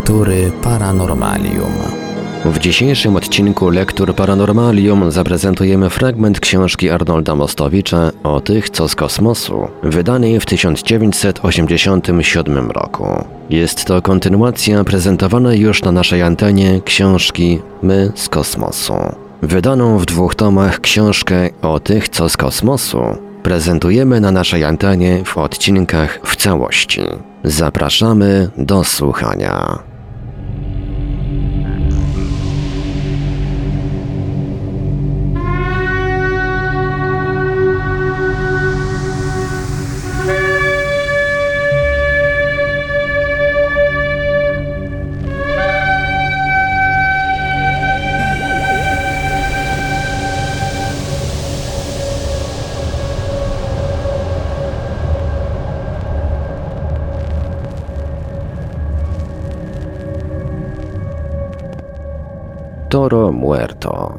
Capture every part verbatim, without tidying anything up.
Lektury Paranormalium. W dzisiejszym odcinku Lektur Paranormalium zaprezentujemy fragment książki Arnolda Mostowicza O tych, co z kosmosu, wydanej w tysiąc dziewięćset osiemdziesiątym siódmym roku. Jest to kontynuacja prezentowanej już na naszej antenie książki My z kosmosu. Wydaną w dwóch tomach książkę O tych, co z kosmosu prezentujemy na naszej antenie w odcinkach w całości. Zapraszamy do słuchania. Toro Muerto.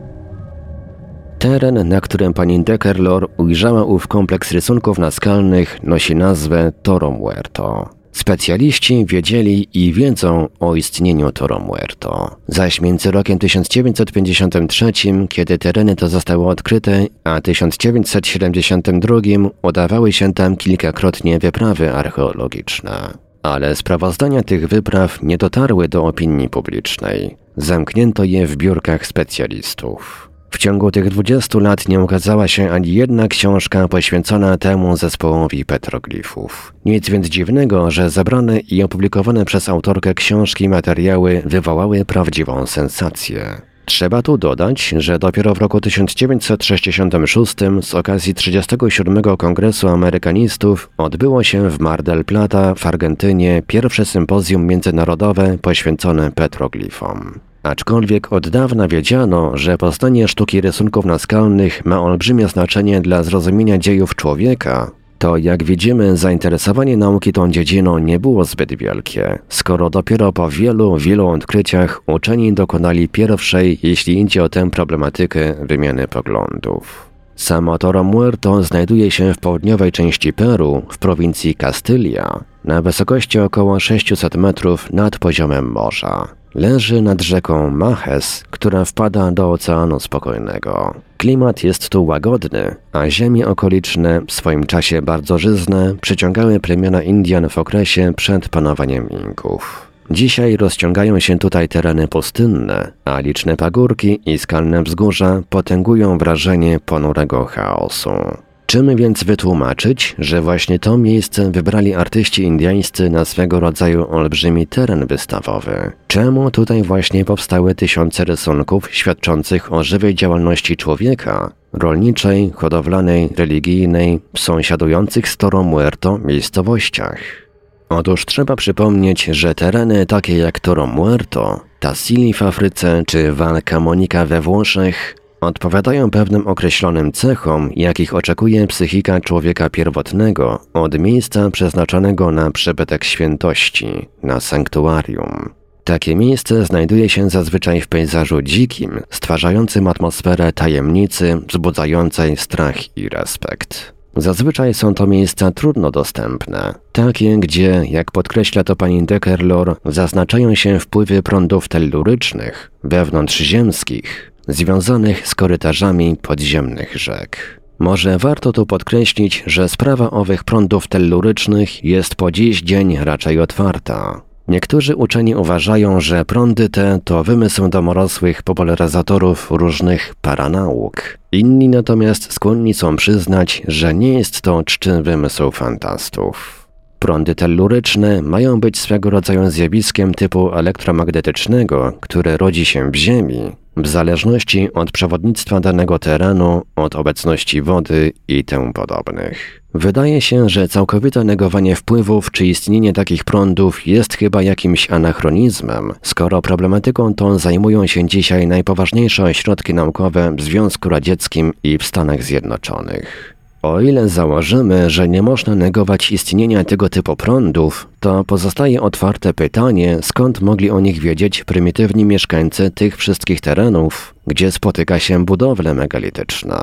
Teren, na którym pani Deckerlor ujrzała ów kompleks rysunków naskalnych, nosi nazwę Toro Muerto. Specjaliści wiedzieli i wiedzą o istnieniu Toro Muerto. Zaś między rokiem tysiąc dziewięćset pięćdziesiątym trzecim, kiedy tereny te zostały odkryte, a tysiąc dziewięćset siedemdziesiątym drugim udawały się tam kilkakrotnie wyprawy archeologiczne. Ale sprawozdania tych wypraw nie dotarły do opinii publicznej. Zamknięto je w biurkach specjalistów. W ciągu tych dwudziestu lat nie ukazała się ani jedna książka poświęcona temu zespołowi petroglifów. Nic więc dziwnego, że zebrane i opublikowane przez autorkę książki materiały wywołały prawdziwą sensację. Trzeba tu dodać, że dopiero w roku tysiąc dziewięćset sześćdziesiątym szóstym z okazji trzydziestego siódmego Kongresu Amerykanistów odbyło się w Mar del Plata w Argentynie pierwsze sympozjum międzynarodowe poświęcone petroglifom. Aczkolwiek od dawna wiedziano, że poznanie sztuki rysunków naskalnych ma olbrzymie znaczenie dla zrozumienia dziejów człowieka, to jak widzimy zainteresowanie nauki tą dziedziną nie było zbyt wielkie, skoro dopiero po wielu, wielu odkryciach uczeni dokonali pierwszej, jeśli idzie o tę problematykę, wymiany poglądów. Samo Toro Muerto znajduje się w południowej części Peru, w prowincji Kastylia, na wysokości około sześćset metrów nad poziomem morza. Leży nad rzeką Majes, która wpada do Oceanu Spokojnego. Klimat jest tu łagodny, a ziemie okoliczne, w swoim czasie bardzo żyzne, przyciągały plemiona Indian w okresie przed panowaniem Inków. Dzisiaj rozciągają się tutaj tereny pustynne, a liczne pagórki i skalne wzgórza potęgują wrażenie ponurego chaosu. Czym więc wytłumaczyć, że właśnie to miejsce wybrali artyści indyjscy na swego rodzaju olbrzymi teren wystawowy? Czemu tutaj właśnie powstały tysiące rysunków świadczących o żywej działalności człowieka, rolniczej, hodowlanej, religijnej, w sąsiadujących z Toro Muerto miejscowościach? Otóż trzeba przypomnieć, że tereny takie jak Toro Muerto, Tassili w Afryce czy Val Camonica we Włoszech odpowiadają pewnym określonym cechom, jakich oczekuje psychika człowieka pierwotnego od miejsca przeznaczonego na przybytek świętości, na sanktuarium. Takie miejsce znajduje się zazwyczaj w pejzażu dzikim, stwarzającym atmosferę tajemnicy, wzbudzającej strach i respekt. Zazwyczaj są to miejsca trudno dostępne, takie, gdzie, jak podkreśla to pani Deckerlor, zaznaczają się wpływy prądów tellurycznych, wewnątrzziemskich, związanych z korytarzami podziemnych rzek. Może warto tu podkreślić, że sprawa owych prądów tellurycznych jest po dziś dzień raczej otwarta. Niektórzy uczeni uważają, że prądy te to wymysł domorosłych popularyzatorów różnych paranauk. Inni natomiast skłonni są przyznać, że nie jest to czczy wymysł fantastów. Prądy telluryczne mają być swego rodzaju zjawiskiem typu elektromagnetycznego, które rodzi się w Ziemi, w zależności od przewodnictwa danego terenu, od obecności wody i tym podobnych. Wydaje się, że całkowite negowanie wpływów czy istnienie takich prądów jest chyba jakimś anachronizmem, skoro problematyką tą zajmują się dzisiaj najpoważniejsze ośrodki naukowe w Związku Radzieckim i w Stanach Zjednoczonych. O ile założymy, że nie można negować istnienia tego typu prądów, to pozostaje otwarte pytanie, skąd mogli o nich wiedzieć prymitywni mieszkańcy tych wszystkich terenów, gdzie spotyka się budowla megalityczna.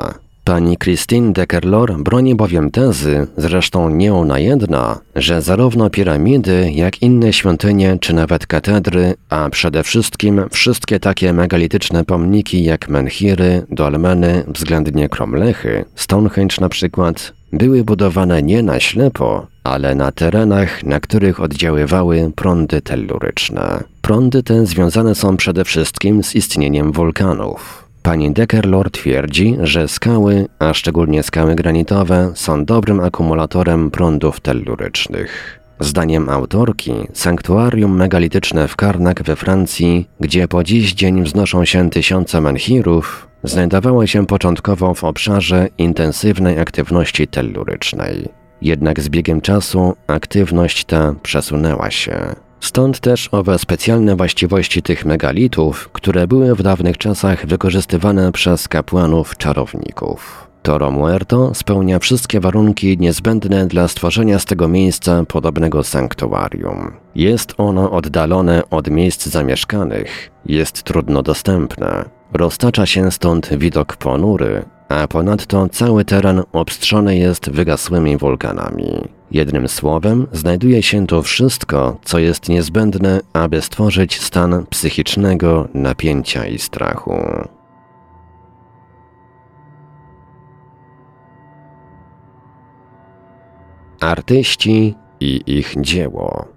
Pani Christine Dekerlor broni bowiem tezy, zresztą nie ona jedna, że zarówno piramidy, jak inne świątynie czy nawet katedry, a przede wszystkim wszystkie takie megalityczne pomniki jak menhiry, dolmeny, względnie kromlechy, Stonehenge na przykład, były budowane nie na ślepo, ale na terenach, na których oddziaływały prądy telluryczne. Prądy te związane są przede wszystkim z istnieniem wulkanów. Pani Dekerlor twierdzi, że skały, a szczególnie skały granitowe, są dobrym akumulatorem prądów tellurycznych. Zdaniem autorki, sanktuarium megalityczne w Karnak we Francji, gdzie po dziś dzień wznoszą się tysiące menhirów, znajdowało się początkowo w obszarze intensywnej aktywności tellurycznej. Jednak z biegiem czasu aktywność ta przesunęła się. Stąd też owe specjalne właściwości tych megalitów, które były w dawnych czasach wykorzystywane przez kapłanów czarowników. Toro Muerto spełnia wszystkie warunki niezbędne dla stworzenia z tego miejsca podobnego sanktuarium. Jest ono oddalone od miejsc zamieszkanych, jest trudno dostępne, roztacza się stąd widok ponury, a ponadto cały teren obstrzony jest wygasłymi wulkanami. Jednym słowem, znajduje się tu wszystko, co jest niezbędne, aby stworzyć stan psychicznego napięcia i strachu. Artyści i ich dzieło.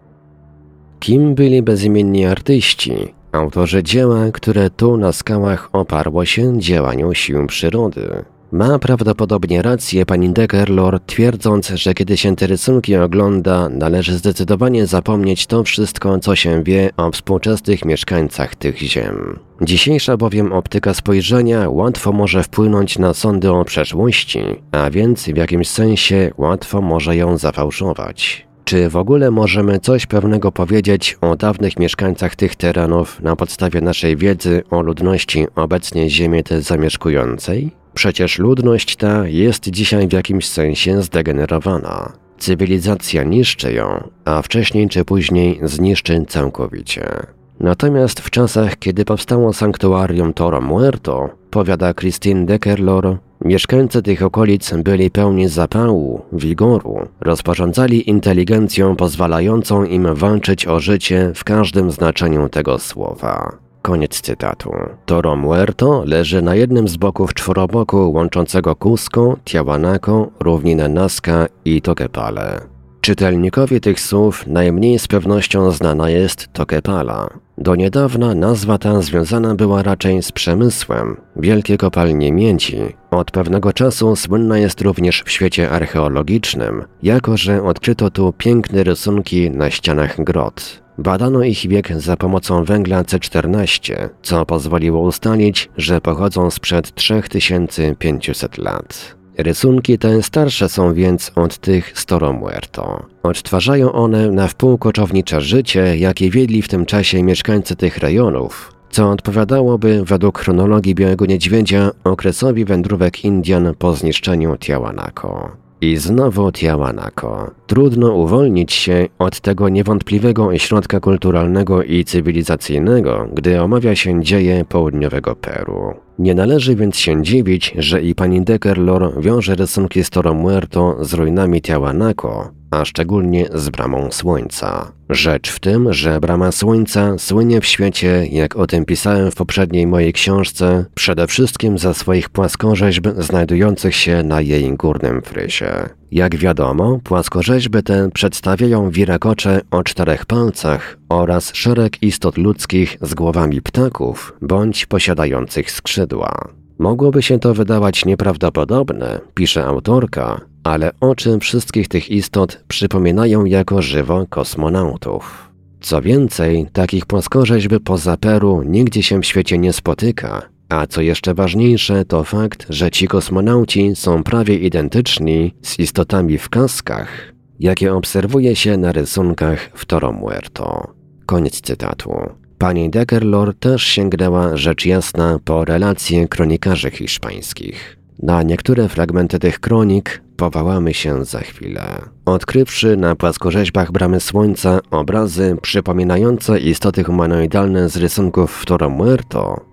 Kim byli bezimienni artyści? Autorzy dzieła, które tu na skałach oparło się działaniu sił przyrody. Ma prawdopodobnie rację pani Dekerlor, twierdząc, że kiedy się te rysunki ogląda, należy zdecydowanie zapomnieć to wszystko, co się wie o współczesnych mieszkańcach tych ziem. Dzisiejsza bowiem optyka spojrzenia łatwo może wpłynąć na sądy o przeszłości, a więc w jakimś sensie łatwo może ją zafałszować. Czy w ogóle możemy coś pewnego powiedzieć o dawnych mieszkańcach tych terenów na podstawie naszej wiedzy o ludności obecnie ziemi te zamieszkującej? Przecież ludność ta jest dzisiaj w jakimś sensie zdegenerowana. Cywilizacja niszczy ją, a wcześniej czy później zniszczy całkowicie. Natomiast w czasach, kiedy powstało sanktuarium Toro Muerto, powiada Christine Dekerlor, mieszkańcy tych okolic byli pełni zapału, wigoru, rozporządzali inteligencją pozwalającą im walczyć o życie w każdym znaczeniu tego słowa. Koniec cytatu. Toro Muerto leży na jednym z boków czworoboku łączącego Cusco, Tiahuanaco, równinę Nazca i Toquepale. Czytelnikowi tych słów najmniej z pewnością znana jest Toquepala. Do niedawna nazwa ta związana była raczej z przemysłem, wielkie kopalnie miedzi. Od pewnego czasu słynna jest również w świecie archeologicznym, jako że odkryto tu piękne rysunki na ścianach grot. Badano ich wiek za pomocą węgla C czternaście, co pozwoliło ustalić, że pochodzą sprzed trzy tysiące pięćset lat. Rysunki te starsze są więc od tych z Toro Muerto. Odtwarzają one na wpół koczownicze życie, jakie wiedli w tym czasie mieszkańcy tych rejonów, co odpowiadałoby według chronologii Białego Niedźwiedzia okresowi wędrówek Indian po zniszczeniu Tiahuanaco. I znowu Tiahuanaco. Trudno uwolnić się od tego niewątpliwego ośrodka kulturalnego i cywilizacyjnego, gdy omawia się dzieje południowego Peru. Nie należy więc się dziwić, że i pani Dekerlor wiąże rysunki z Toro Muerto z ruinami Tiahuanaco, a szczególnie z Bramą Słońca. Rzecz w tym, że Brama Słońca słynie w świecie, jak o tym pisałem w poprzedniej mojej książce, przede wszystkim za swoich płaskorzeźb znajdujących się na jej górnym fryzie. Jak wiadomo, płaskorzeźby te przedstawiają wirakocze o czterech palcach oraz szereg istot ludzkich z głowami ptaków bądź posiadających skrzydła. Mogłoby się to wydawać nieprawdopodobne, pisze autorka, ale oczy wszystkich tych istot przypominają jako żywo kosmonautów. Co więcej, takich płaskorzeźb poza Peru nigdzie się w świecie nie spotyka, a co jeszcze ważniejsze to fakt, że ci kosmonauci są prawie identyczni z istotami w kaskach, jakie obserwuje się na rysunkach w Toro Muerto. Koniec cytatu. Pani Dekerlor też sięgnęła rzecz jasna po relacje kronikarzy hiszpańskich. Na niektóre fragmenty tych kronik powołamy się za chwilę. Odkrywszy na płaskorzeźbach Bramy Słońca obrazy przypominające istoty humanoidalne z rysunków w Toro Muerto,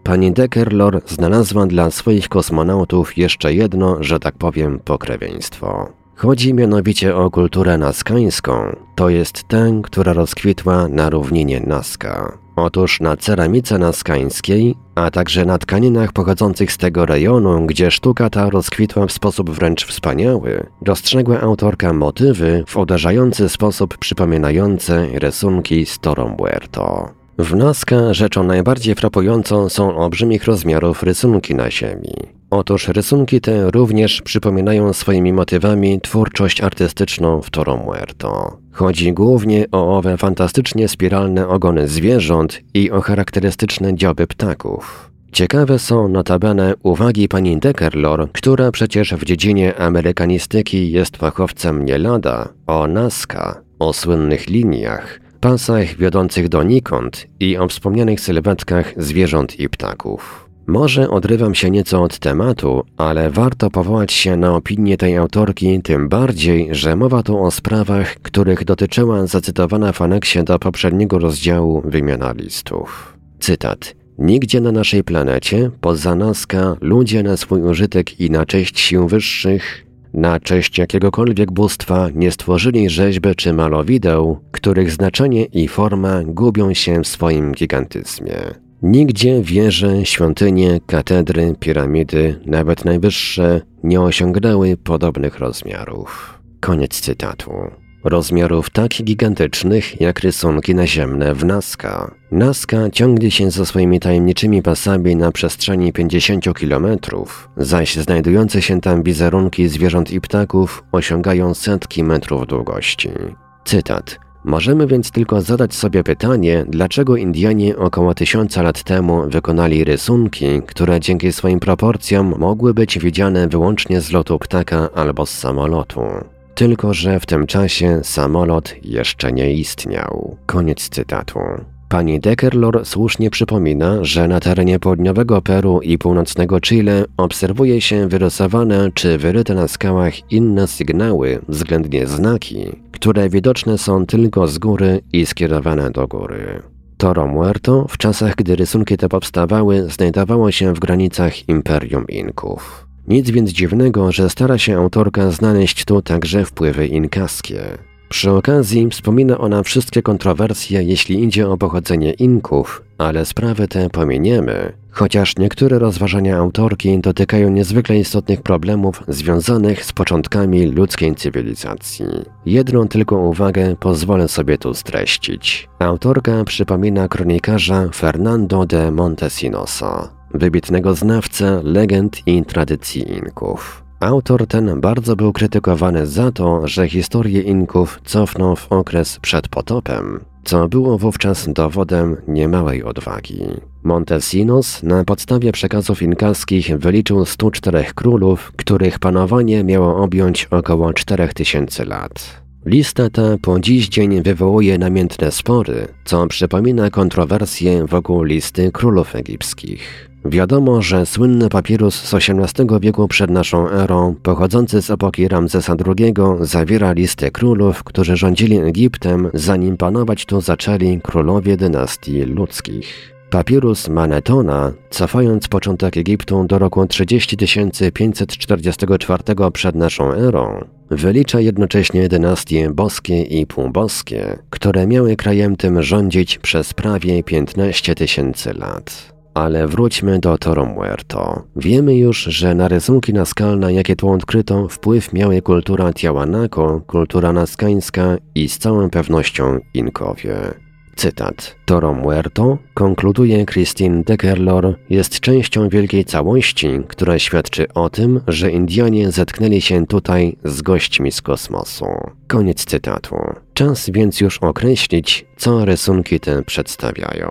pani Dekerlor znalazła dla swoich kosmonautów jeszcze jedno, że tak powiem, pokrewieństwo. Chodzi mianowicie o kulturę naskańską, to jest tę, która rozkwitła na równinie Nazca. Otóż na ceramice naskańskiej, a także na tkaninach pochodzących z tego rejonu, gdzie sztuka ta rozkwitła w sposób wręcz wspaniały, dostrzegła autorka motywy w uderzający sposób przypominające rysunki z Toro Muerto. W Nazca rzeczą najbardziej frapującą są olbrzymich rozmiarów rysunki na ziemi. Otóż rysunki te również przypominają swoimi motywami twórczość artystyczną w Toro Muerto. Chodzi głównie o owe fantastycznie spiralne ogony zwierząt i o charakterystyczne dzioby ptaków. Ciekawe są notabene uwagi pani Dekerlor, która przecież w dziedzinie amerykanistyki jest fachowcem nie lada, o Nazca, o słynnych liniach, pasach wiodących donikąd i o wspomnianych sylwetkach zwierząt i ptaków. Może odrywam się nieco od tematu, ale warto powołać się na opinię tej autorki, tym bardziej, że mowa tu o sprawach, których dotyczyła zacytowana w aneksie do poprzedniego rozdziału wymiana listów. Cytat. Nigdzie na naszej planecie, poza Nazca, ludzie na swój użytek i na cześć sił wyższych, na cześć jakiegokolwiek bóstwa nie stworzyli rzeźby czy malowideł, których znaczenie i forma gubią się w swoim gigantyzmie. Nigdzie wieże, świątynie, katedry, piramidy, nawet najwyższe, nie osiągnęły podobnych rozmiarów. Koniec cytatu. Rozmiarów tak gigantycznych jak rysunki naziemne w Nazca. Nazca ciągnie się ze swoimi tajemniczymi pasami na przestrzeni pięćdziesięciu kilometrów, zaś znajdujące się tam wizerunki zwierząt i ptaków osiągają setki metrów długości. Cytat. Możemy więc tylko zadać sobie pytanie, dlaczego Indianie około tysiąca lat temu wykonali rysunki, które dzięki swoim proporcjom mogły być widziane wyłącznie z lotu ptaka albo z samolotu. Tylko że w tym czasie samolot jeszcze nie istniał. Koniec cytatu. Pani Dekerlor słusznie przypomina, że na terenie południowego Peru i północnego Chile obserwuje się wyrysowane czy wyryte na skałach inne sygnały, względnie znaki, które widoczne są tylko z góry i skierowane do góry. Toro Muerto w czasach, gdy rysunki te powstawały, znajdowało się w granicach Imperium Inków. Nic więc dziwnego, że stara się autorka znaleźć tu także wpływy inkaskie. Przy okazji wspomina ona wszystkie kontrowersje, jeśli idzie o pochodzenie Inków, ale sprawy te pominiemy, chociaż niektóre rozważania autorki dotykają niezwykle istotnych problemów związanych z początkami ludzkiej cywilizacji. Jedną tylko uwagę pozwolę sobie tu streścić. Autorka przypomina kronikarza Fernando de Montesinosa, wybitnego znawcę legend i tradycji Inków. Autor ten bardzo był krytykowany za to, że historię Inków cofnął w okres przed potopem, co było wówczas dowodem niemałej odwagi. Montesinos na podstawie przekazów inkaskich wyliczył stu czterech królów, których panowanie miało objąć około czterech tysięcy lat. Lista ta po dziś dzień wywołuje namiętne spory, co przypomina kontrowersje wokół listy królów egipskich. Wiadomo, że słynny papirus z osiemnastego wieku przed naszą erą, pochodzący z epoki Ramzesa drugiego, zawiera listę królów, którzy rządzili Egiptem, zanim panować tu zaczęli królowie dynastii ludzkich. Papirus Manetona, cofając początek Egiptu do roku trzydzieści tysięcy pięćset czterdziestego czwartego przed naszą erą, wylicza jednocześnie dynastie boskie i półboskie, które miały krajem tym rządzić przez prawie piętnaście tysięcy lat. Ale wróćmy do Toro Muerto. Wiemy już, że na rysunki naskalne, jakie tu odkryto, wpływ miały kultura Tiahuanaco, kultura naskańska i z całą pewnością Inkowie. Cytat. Toro Muerto, konkluduje Christine Dekerlor, jest częścią wielkiej całości, która świadczy o tym, że Indianie zetknęli się tutaj z gośćmi z kosmosu. Koniec cytatu. Czas więc już określić, co rysunki te przedstawiają.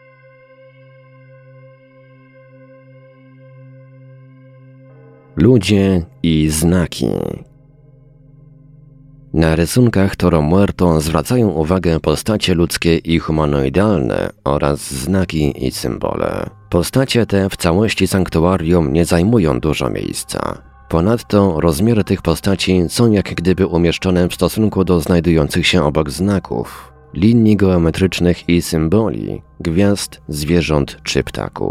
Ludzie i znaki. Na rysunkach Toro Muerto zwracają uwagę postacie ludzkie i humanoidalne oraz znaki i symbole. Postacie te w całości sanktuarium nie zajmują dużo miejsca. Ponadto rozmiary tych postaci są jak gdyby umieszczone w stosunku do znajdujących się obok znaków, linii geometrycznych i symboli, gwiazd, zwierząt czy ptaków.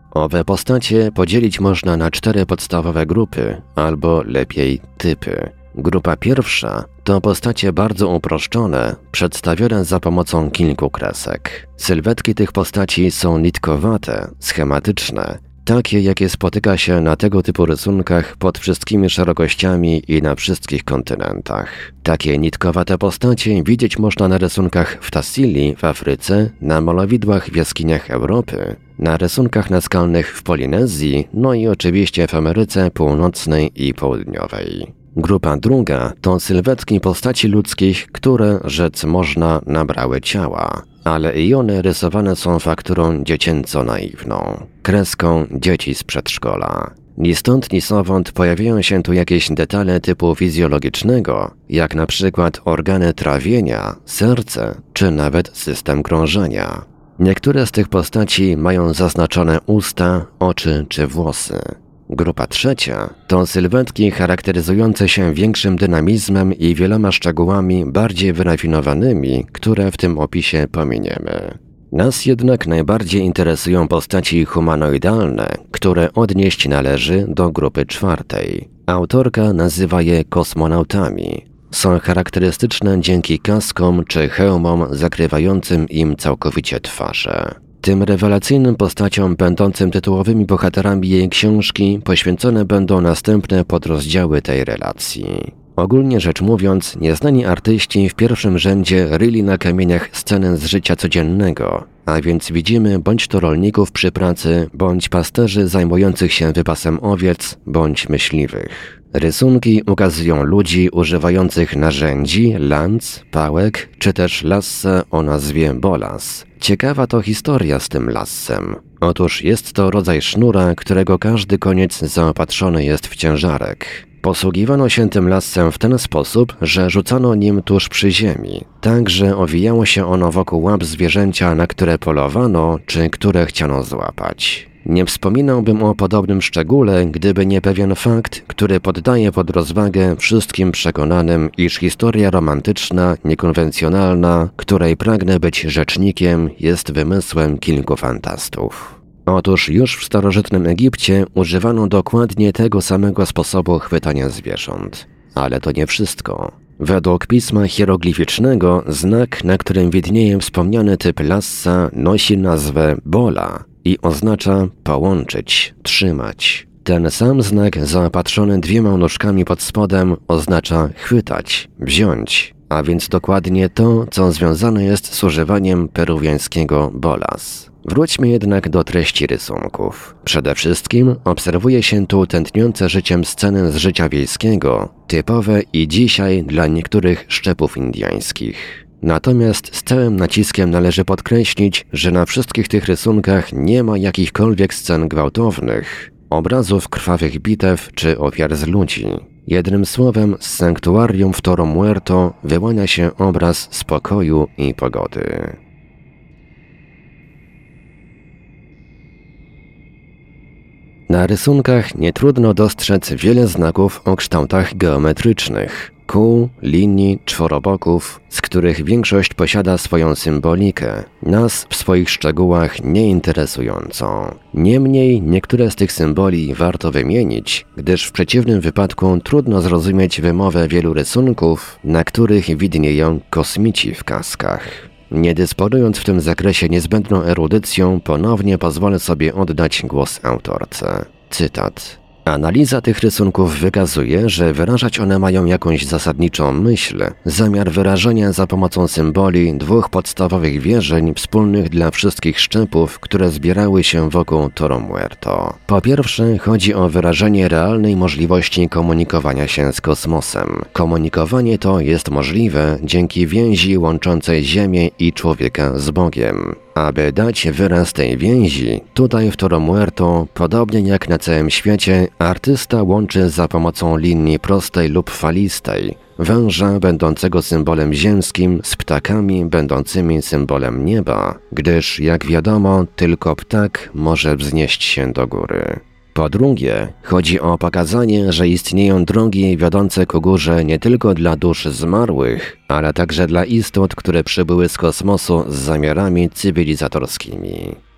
Owe postacie podzielić można na cztery podstawowe grupy, albo lepiej typy. Grupa pierwsza to postacie bardzo uproszczone, przedstawione za pomocą kilku kresek. Sylwetki tych postaci są nitkowate, schematyczne, takie jakie spotyka się na tego typu rysunkach pod wszystkimi szerokościami i na wszystkich kontynentach. Takie nitkowate postacie widzieć można na rysunkach w Tassili w Afryce, na malowidłach w jaskiniach Europy, na rysunkach naskalnych w Polinezji, no i oczywiście w Ameryce Północnej i Południowej. Grupa druga to sylwetki postaci ludzkich, które, rzec można, nabrały ciała, ale i one rysowane są fakturą dziecięco naiwną, kreską dzieci z przedszkola. Ni stąd, ni zowąd pojawiają się tu jakieś detale typu fizjologicznego, jak na przykład organy trawienia, serce, czy nawet system krążenia. Niektóre z tych postaci mają zaznaczone usta, oczy czy włosy. Grupa trzecia to sylwetki charakteryzujące się większym dynamizmem i wieloma szczegółami bardziej wyrafinowanymi, które w tym opisie pominiemy. Nas jednak najbardziej interesują postaci humanoidalne, które odnieść należy do grupy czwartej. Autorka nazywa je kosmonautami. Są charakterystyczne dzięki kaskom czy hełmom zakrywającym im całkowicie twarze. Tym rewelacyjnym postaciom będącym tytułowymi bohaterami jej książki poświęcone będą następne podrozdziały tej relacji. Ogólnie rzecz mówiąc, nieznani artyści w pierwszym rzędzie ryli na kamieniach sceny z życia codziennego, a więc widzimy bądź to rolników przy pracy, bądź pasterzy zajmujących się wypasem owiec, bądź myśliwych. Rysunki ukazują ludzi używających narzędzi, lanc, pałek, czy też lasso o nazwie bolas. Ciekawa to historia z tym lassem. Otóż jest to rodzaj sznura, którego każdy koniec zaopatrzony jest w ciężarek. Posługiwano się tym lassem w ten sposób, że rzucano nim tuż przy ziemi, tak że owijało się ono wokół łap zwierzęcia, na które polowano, czy które chciano złapać. Nie wspominałbym o podobnym szczególe, gdyby nie pewien fakt, który poddaje pod rozwagę wszystkim przekonanym, iż historia romantyczna, niekonwencjonalna, której pragnę być rzecznikiem, jest wymysłem kilku fantastów. Otóż już w starożytnym Egipcie używano dokładnie tego samego sposobu chwytania zwierząt. Ale to nie wszystko. Według pisma hieroglificznego znak, na którym widnieje wspomniany typ lassa, nosi nazwę bola i oznacza połączyć, trzymać. Ten sam znak zaopatrzony dwiema nóżkami pod spodem oznacza chwytać, wziąć, a więc dokładnie to, co związane jest z używaniem peruwiańskiego bolas. Wróćmy jednak do treści rysunków. Przede wszystkim obserwuje się tu tętniące życiem sceny z życia wiejskiego, typowe i dzisiaj dla niektórych szczepów indyjskich. Natomiast z całym naciskiem należy podkreślić, że na wszystkich tych rysunkach nie ma jakichkolwiek scen gwałtownych, obrazów krwawych bitew czy ofiar z ludzi. Jednym słowem, z sanktuarium w Toro Muerto wyłania się obraz spokoju i pogody. Na rysunkach nie trudno dostrzec wiele znaków o kształtach geometrycznych, kół, linii, czworoboków, z których większość posiada swoją symbolikę, nas w swoich szczegółach nieinteresującą. Niemniej niektóre z tych symboli warto wymienić, gdyż w przeciwnym wypadku trudno zrozumieć wymowę wielu rysunków, na których widnieją kosmici w kaskach. Nie dysponując w tym zakresie niezbędną erudycją, ponownie pozwolę sobie oddać głos autorce. Cytat. Analiza tych rysunków wykazuje, że wyrażać one mają jakąś zasadniczą myśl, zamiar wyrażenia za pomocą symboli dwóch podstawowych wierzeń wspólnych dla wszystkich szczepów, które zbierały się wokół Toro Muerto. Po pierwsze, chodzi o wyrażenie realnej możliwości komunikowania się z kosmosem. Komunikowanie to jest możliwe dzięki więzi łączącej Ziemię i człowieka z Bogiem. Aby dać wyraz tej więzi, tutaj w Toro Muerto, podobnie jak na całym świecie, artysta łączy za pomocą linii prostej lub falistej węża będącego symbolem ziemskim z ptakami będącymi symbolem nieba, gdyż, jak wiadomo, tylko ptak może wznieść się do góry. Po drugie, chodzi o pokazanie, że istnieją drogi wiodące ku górze nie tylko dla dusz zmarłych, ale także dla istot, które przybyły z kosmosu z zamiarami cywilizatorskimi.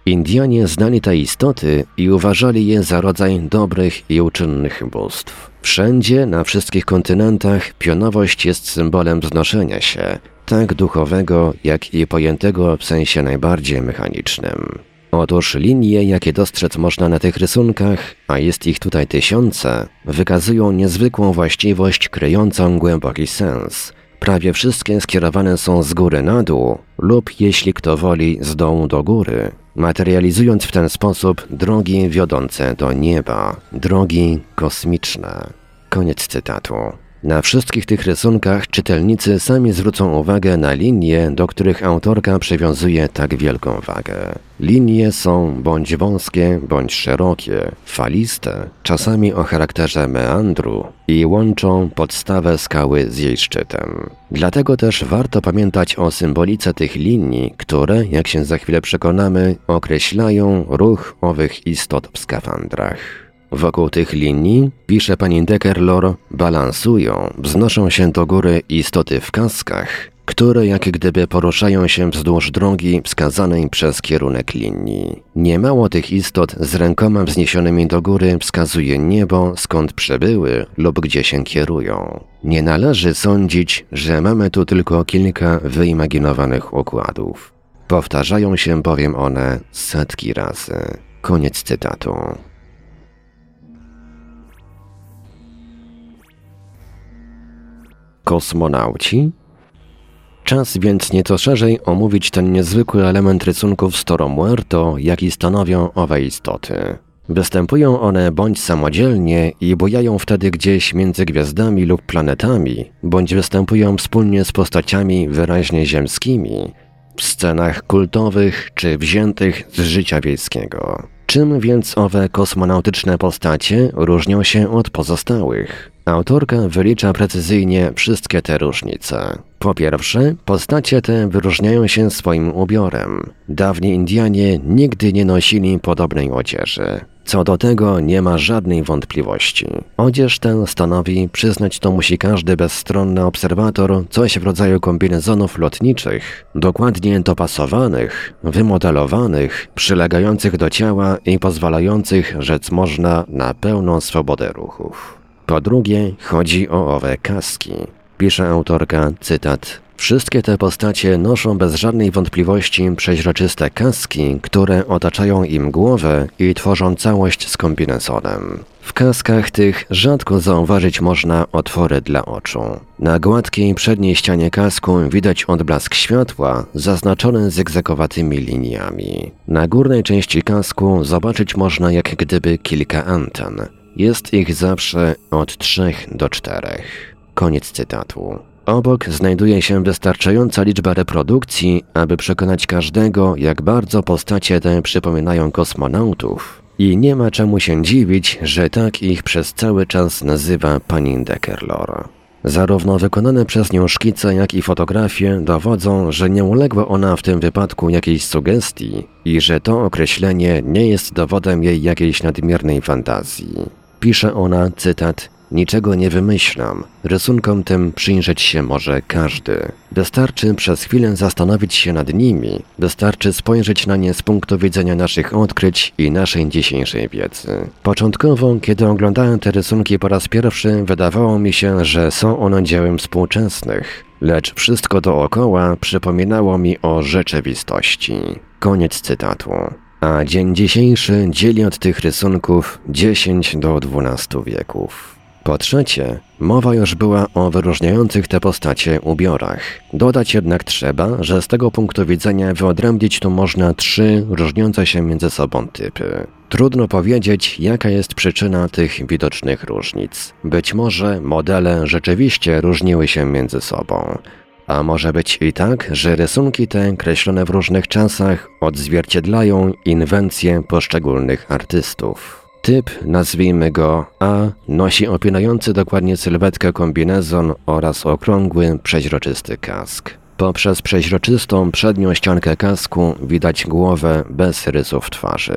Indianie znali te istoty i uważali je za rodzaj dobrych i uczynnych bóstw. Wszędzie, na wszystkich kontynentach, pionowość jest symbolem wznoszenia się, tak duchowego, jak i pojętego w sensie najbardziej mechanicznym. Otóż linie, jakie dostrzec można na tych rysunkach, a jest ich tutaj tysiące, wykazują niezwykłą właściwość kryjącą głęboki sens. Prawie wszystkie skierowane są z góry na dół lub, jeśli kto woli, z dołu do góry, materializując w ten sposób drogi wiodące do nieba, drogi kosmiczne. Koniec cytatu. Na wszystkich tych rysunkach czytelnicy sami zwrócą uwagę na linie, do których autorka przywiązuje tak wielką wagę. Linie są bądź wąskie, bądź szerokie, faliste, czasami o charakterze meandru i łączą podstawę skały z jej szczytem. Dlatego też warto pamiętać o symbolice tych linii, które, jak się za chwilę przekonamy, określają ruch owych istot w skafandrach. Wokół tych linii, pisze pani Deckerlor, balansują, wznoszą się do góry istoty w kaskach, które jak gdyby poruszają się wzdłuż drogi wskazanej przez kierunek linii. Niemało tych istot z rękoma wzniesionymi do góry wskazuje niebo, skąd przybyły lub gdzie się kierują. Nie należy sądzić, że mamy tu tylko kilka wyimaginowanych układów. Powtarzają się bowiem one setki razy. Koniec cytatu. Kosmonauci? Czas więc nieco szerzej omówić ten niezwykły element rysunków z Toro Muerto, jaki stanowią owe istoty. Występują one bądź samodzielnie i bujają wtedy gdzieś między gwiazdami lub planetami, bądź występują wspólnie z postaciami wyraźnie ziemskimi, w scenach kultowych czy wziętych z życia wiejskiego. Czym więc owe kosmonautyczne postacie różnią się od pozostałych? Autorka wylicza precyzyjnie wszystkie te różnice. Po pierwsze, postacie te wyróżniają się swoim ubiorem. Dawni Indianie nigdy nie nosili podobnej odzieży. Co do tego nie ma żadnej wątpliwości. Odzież tę stanowi, przyznać to musi każdy bezstronny obserwator, coś w rodzaju kombinezonów lotniczych, dokładnie dopasowanych, wymodelowanych, przylegających do ciała i pozwalających, rzec można, na pełną swobodę ruchów. Po drugie, chodzi o owe kaski. Pisze autorka, cytat: wszystkie te postacie noszą bez żadnej wątpliwości przeźroczyste kaski, które otaczają im głowę i tworzą całość z kombinezonem. W kaskach tych rzadko zauważyć można otwory dla oczu. Na gładkiej przedniej ścianie kasku widać odblask światła zaznaczony zygzakowatymi liniami. Na górnej części kasku zobaczyć można jak gdyby kilka anten. Jest ich zawsze od trzech do czterech. Koniec cytatu. Obok znajduje się wystarczająca liczba reprodukcji, aby przekonać każdego, jak bardzo postacie te przypominają kosmonautów. I nie ma czemu się dziwić, że tak ich przez cały czas nazywa pani Deckerlor. Zarówno wykonane przez nią szkice, jak i fotografie dowodzą, że nie uległa ona w tym wypadku jakiejś sugestii i że to określenie nie jest dowodem jej jakiejś nadmiernej fantazji. Pisze ona, cytat: niczego nie wymyślam, rysunkom tym przyjrzeć się może każdy. Wystarczy przez chwilę zastanowić się nad nimi, wystarczy spojrzeć na nie z punktu widzenia naszych odkryć i naszej dzisiejszej wiedzy. Początkowo, kiedy oglądałem te rysunki po raz pierwszy, wydawało mi się, że są one dziełem współczesnych, lecz wszystko dookoła przypominało mi o rzeczywistości. Koniec cytatu. A dzień dzisiejszy dzieli od tych rysunków dziesięć do dwunastu wieków. Po trzecie, mowa już była o wyróżniających te postacie ubiorach. Dodać jednak trzeba, że z tego punktu widzenia wyodrębnić tu można trzy różniące się między sobą typy. Trudno powiedzieć, jaka jest przyczyna tych widocznych różnic. Być może modele rzeczywiście różniły się między sobą. A może być i tak, że rysunki te, kreślone w różnych czasach, odzwierciedlają inwencje poszczególnych artystów. Typ, nazwijmy go A, nosi opinający dokładnie sylwetkę kombinezon oraz okrągły, przeźroczysty kask. Poprzez przeźroczystą przednią ściankę kasku widać głowę bez rysów twarzy.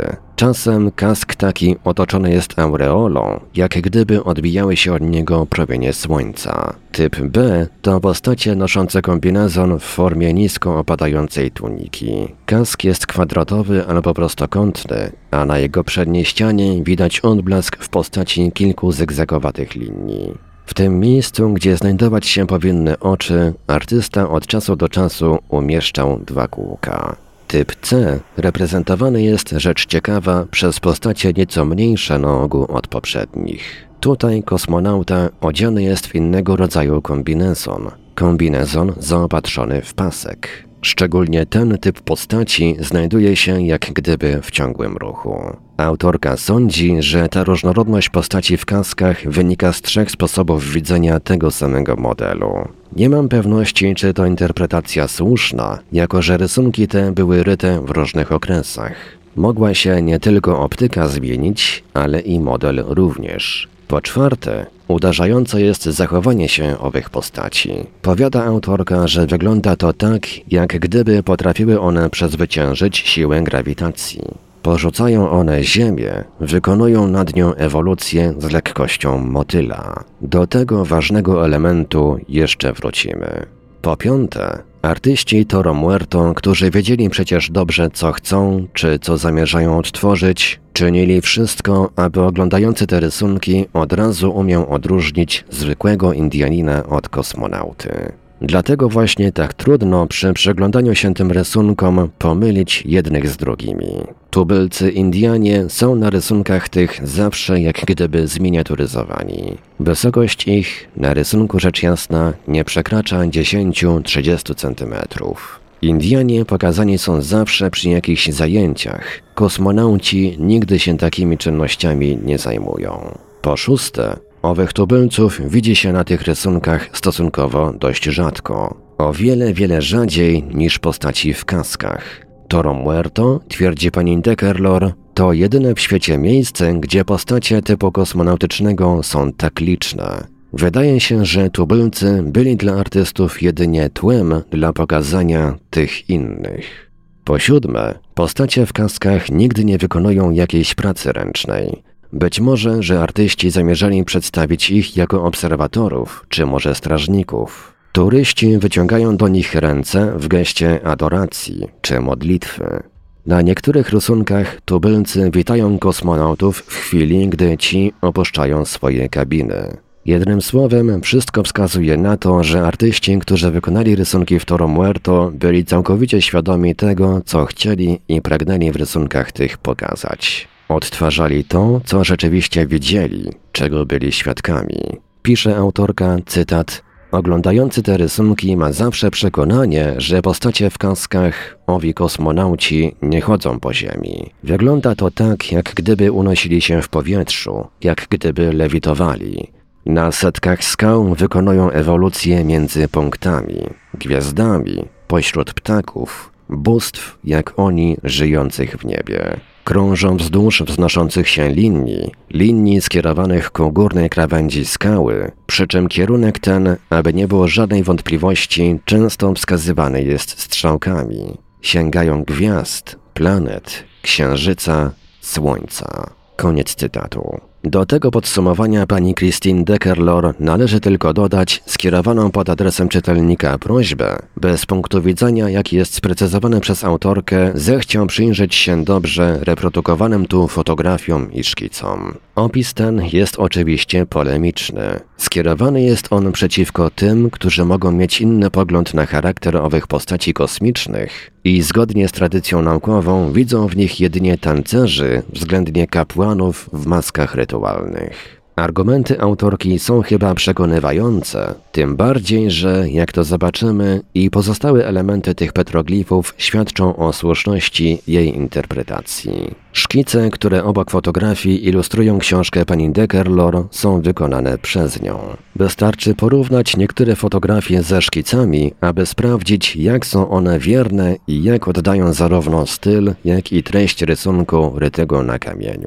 Czasem kask taki otoczony jest aureolą, jak gdyby odbijały się od niego promienie słońca. Typ B to postacie noszące kombinezon w formie nisko opadającej tuniki. Kask jest kwadratowy albo prostokątny, a na jego przedniej ścianie widać odblask w postaci kilku zygzakowatych linii. W tym miejscu, gdzie znajdować się powinny oczy, artysta od czasu do czasu umieszczał dwa kółka. Typ C reprezentowany jest, rzecz ciekawa, przez postacie nieco mniejsze na ogół od poprzednich. Tutaj kosmonauta odziany jest w innego rodzaju kombinezon. Kombinezon zaopatrzony w pasek. Szczególnie ten typ postaci znajduje się jak gdyby w ciągłym ruchu. Autorka sądzi, że ta różnorodność postaci w kaskach wynika z trzech sposobów widzenia tego samego modelu. Nie mam pewności, czy to interpretacja słuszna, jako że rysunki te były ryte w różnych okresach. Mogła się nie tylko optyka zmienić, ale i model również. Po czwarte, uderzające jest zachowanie się owych postaci. Powiada autorka, że wygląda to tak, jak gdyby potrafiły one przezwyciężyć siłę grawitacji. Porzucają one Ziemię, wykonują nad nią ewolucję z lekkością motyla. Do tego ważnego elementu jeszcze wrócimy. Po piąte, artyści Toro Muerto, którzy wiedzieli przecież dobrze, co chcą, czy co zamierzają odtworzyć, czynili wszystko, aby oglądający te rysunki od razu umiał odróżnić zwykłego Indianina od kosmonauty. Dlatego właśnie tak trudno przy przyglądaniu się tym rysunkom pomylić jednych z drugimi. Tubylcy Indianie są na rysunkach tych zawsze jak gdyby zminiaturyzowani. Wysokość ich, na rysunku rzecz jasna, nie przekracza dziesięć do trzydziestu centymetrów. Indianie pokazani są zawsze przy jakichś zajęciach. Kosmonauci nigdy się takimi czynnościami nie zajmują. Po szóste, owych tubylców widzi się na tych rysunkach stosunkowo dość rzadko. O wiele, wiele rzadziej niż postaci w kaskach. Toro Muerto, twierdzi pani Deckerlor, to jedyne w świecie miejsce, gdzie postacie typu kosmonautycznego są tak liczne. Wydaje się, że tubylcy byli dla artystów jedynie tłem dla pokazania tych innych. Po siódme, postacie w kaskach nigdy nie wykonują jakiejś pracy ręcznej. Być może, że artyści zamierzali przedstawić ich jako obserwatorów, czy może strażników. Turyści wyciągają do nich ręce w geście adoracji, czy modlitwy. Na niektórych rysunkach tubylcy witają kosmonautów w chwili, gdy ci opuszczają swoje kabiny. Jednym słowem, wszystko wskazuje na to, że artyści, którzy wykonali rysunki w Toro Muerto, byli całkowicie świadomi tego, co chcieli i pragnęli w rysunkach tych pokazać. Odtwarzali to, co rzeczywiście widzieli, czego byli świadkami. Pisze autorka, cytat: oglądający te rysunki ma zawsze przekonanie, że postacie w kaskach, owi kosmonauci, nie chodzą po ziemi. Wygląda to tak, jak gdyby unosili się w powietrzu, jak gdyby lewitowali. Na setkach skał wykonują ewolucję między punktami, gwiazdami, pośród ptaków, bóstw jak oni żyjących w niebie. Krążą wzdłuż wznoszących się linii, linii skierowanych ku górnej krawędzi skały, przy czym kierunek ten, aby nie było żadnej wątpliwości, często wskazywany jest strzałkami. Sięgają gwiazd, planet, księżyca, słońca. Koniec cytatu. Do tego podsumowania pani Christine Deckerlor należy tylko dodać skierowaną pod adresem czytelnika prośbę, by z punktu widzenia, jaki jest sprecyzowany przez autorkę, zechciał przyjrzeć się dobrze reprodukowanym tu fotografiom i szkicom. Opis ten jest oczywiście polemiczny. Skierowany jest on przeciwko tym, którzy mogą mieć inny pogląd na charakter owych postaci kosmicznych i zgodnie z tradycją naukową widzą w nich jedynie tancerzy, względnie kapłanów w maskach rytualnych. Argumenty autorki są chyba przekonywające, tym bardziej, że, jak to zobaczymy, i pozostałe elementy tych petroglifów świadczą o słuszności jej interpretacji. Szkice, które obok fotografii ilustrują książkę pani Deckerlor, są wykonane przez nią. Wystarczy porównać niektóre fotografie ze szkicami, aby sprawdzić, jak są one wierne i jak oddają zarówno styl, jak i treść rysunku rytego na kamieniu.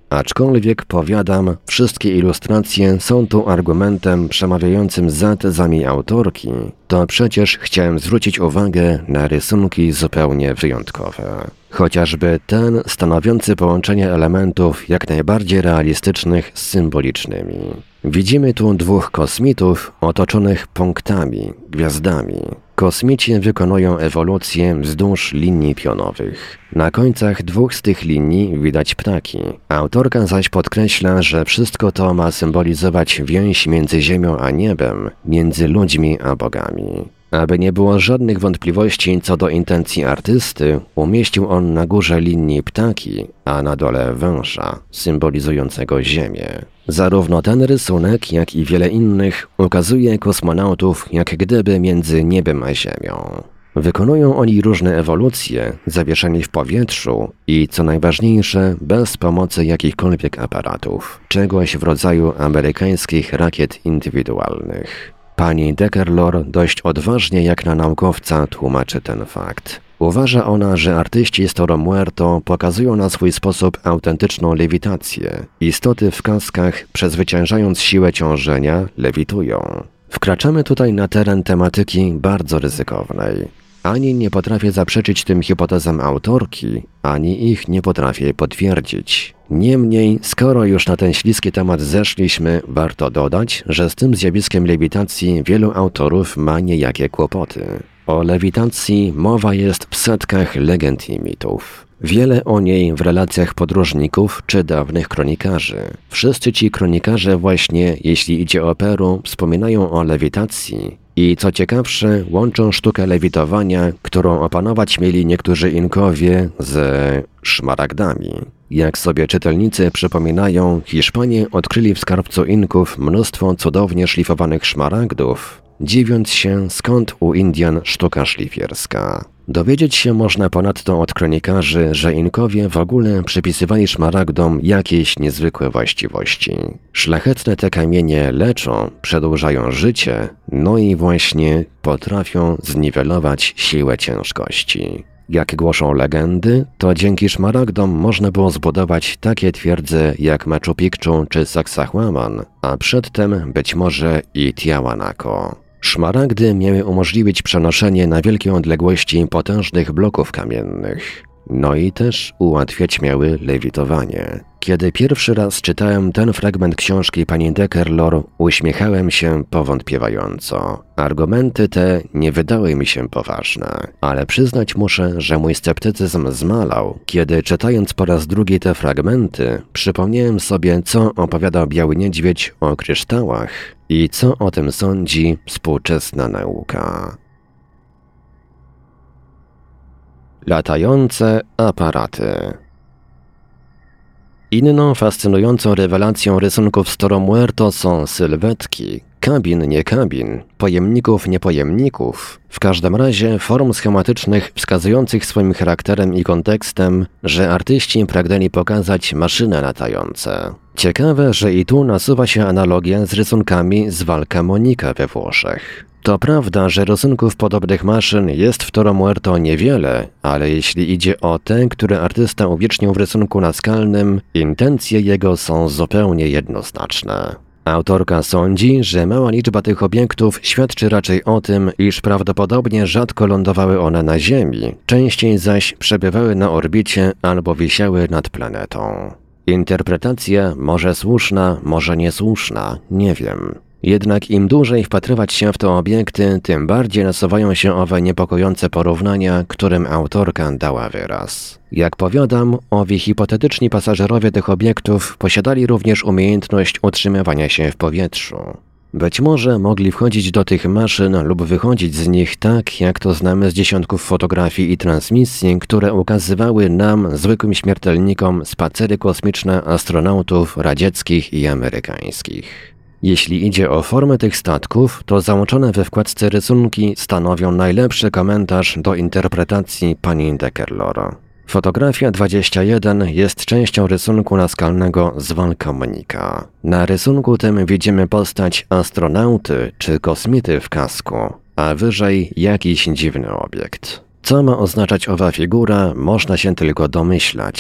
Aczkolwiek, powiadam, wszystkie ilustracje są tu argumentem przemawiającym za tezami autorki, to przecież chciałem zwrócić uwagę na rysunki zupełnie wyjątkowe. Chociażby ten stanowiący połączenie elementów jak najbardziej realistycznych z symbolicznymi. Widzimy tu dwóch kosmitów otoczonych punktami, gwiazdami. Kosmici wykonują ewolucję wzdłuż linii pionowych. Na końcach dwóch z tych linii widać ptaki. Autorka zaś podkreśla, że wszystko to ma symbolizować więź między ziemią a niebem, między ludźmi a bogami. Aby nie było żadnych wątpliwości co do intencji artysty, umieścił on na górze linii ptaki, a na dole węża, symbolizującego ziemię. Zarówno ten rysunek, jak i wiele innych ukazuje kosmonautów jak gdyby między niebem a ziemią. Wykonują oni różne ewolucje, zawieszeni w powietrzu i, co najważniejsze, bez pomocy jakichkolwiek aparatów, czegoś w rodzaju amerykańskich rakiet indywidualnych. Pani Deckerlor dość odważnie jak na naukowca tłumaczy ten fakt. Uważa ona, że artyści z Toro Muerto pokazują na swój sposób autentyczną lewitację. Istoty w kaskach, przezwyciężając siłę ciążenia, lewitują. Wkraczamy tutaj na teren tematyki bardzo ryzykownej. Ani nie potrafię zaprzeczyć tym hipotezom autorki, ani ich nie potrafię potwierdzić. Niemniej, skoro już na ten śliski temat zeszliśmy, warto dodać, że z tym zjawiskiem lewitacji wielu autorów ma niejakie kłopoty. O lewitacji mowa jest w setkach legend i mitów. Wiele o niej w relacjach podróżników czy dawnych kronikarzy. Wszyscy ci kronikarze właśnie, jeśli idzie o Peru, wspominają o lewitacji i co ciekawsze, łączą sztukę lewitowania, którą opanować mieli niektórzy Inkowie, ze szmaragdami. Jak sobie czytelnicy przypominają, Hiszpanie odkryli w skarbcu Inków mnóstwo cudownie szlifowanych szmaragdów, dziwiąc się, skąd u Indian sztuka szlifierska. Dowiedzieć się można ponadto od kronikarzy, że Inkowie w ogóle przypisywali szmaragdom jakieś niezwykłe właściwości. Szlachetne te kamienie leczą, przedłużają życie, no i właśnie potrafią zniwelować siłę ciężkości. Jak głoszą legendy, to dzięki szmaragdom można było zbudować takie twierdze jak Machu Picchu czy Sacsayhuaman, a przedtem być może i Tiahuanaco. Szmaragdy miały umożliwić przenoszenie na wielkie odległości potężnych bloków kamiennych. No i też ułatwiać miały lewitowanie. Kiedy pierwszy raz czytałem ten fragment książki pani Deckerlor, uśmiechałem się powątpiewająco. Argumenty te nie wydały mi się poważne, ale przyznać muszę, że mój sceptycyzm zmalał, kiedy czytając po raz drugi te fragmenty, przypomniałem sobie, co opowiadał Biały Niedźwiedź o kryształach i co o tym sądzi współczesna nauka. Latające aparaty. Inną fascynującą rewelacją rysunków z Toro Muerto są sylwetki, kabin nie kabin, pojemników nie pojemników, w każdym razie form schematycznych wskazujących swoim charakterem i kontekstem, że artyści pragnęli pokazać maszyny latające. Ciekawe, że i tu nasuwa się analogia z rysunkami z Walka Monika we Włoszech. To prawda, że rysunków podobnych maszyn jest w Toro Muerto niewiele, ale jeśli idzie o te, które artysta uwiecznił w rysunku naskalnym, intencje jego są zupełnie jednoznaczne. Autorka sądzi, że mała liczba tych obiektów świadczy raczej o tym, iż prawdopodobnie rzadko lądowały one na Ziemi, częściej zaś przebywały na orbicie albo wisiały nad planetą. Interpretacja może słuszna, może niesłuszna, nie wiem. Jednak im dłużej wpatrywać się w te obiekty, tym bardziej nasuwają się owe niepokojące porównania, którym autorka dała wyraz. Jak powiadam, owi hipotetyczni pasażerowie tych obiektów posiadali również umiejętność utrzymywania się w powietrzu. Być może mogli wchodzić do tych maszyn lub wychodzić z nich tak, jak to znamy z dziesiątków fotografii i transmisji, które ukazywały nam, zwykłym śmiertelnikom, spacery kosmiczne astronautów radzieckich i amerykańskich. Jeśli idzie o formę tych statków, to załączone we wkładce rysunki stanowią najlepszy komentarz do interpretacji pani Deckerlor. Fotografia dwadzieścia jeden jest częścią rysunku naskalnego z Walka Monika. Na rysunku tym widzimy postać astronauty czy kosmity w kasku, a wyżej jakiś dziwny obiekt. Co ma oznaczać owa figura, można się tylko domyślać.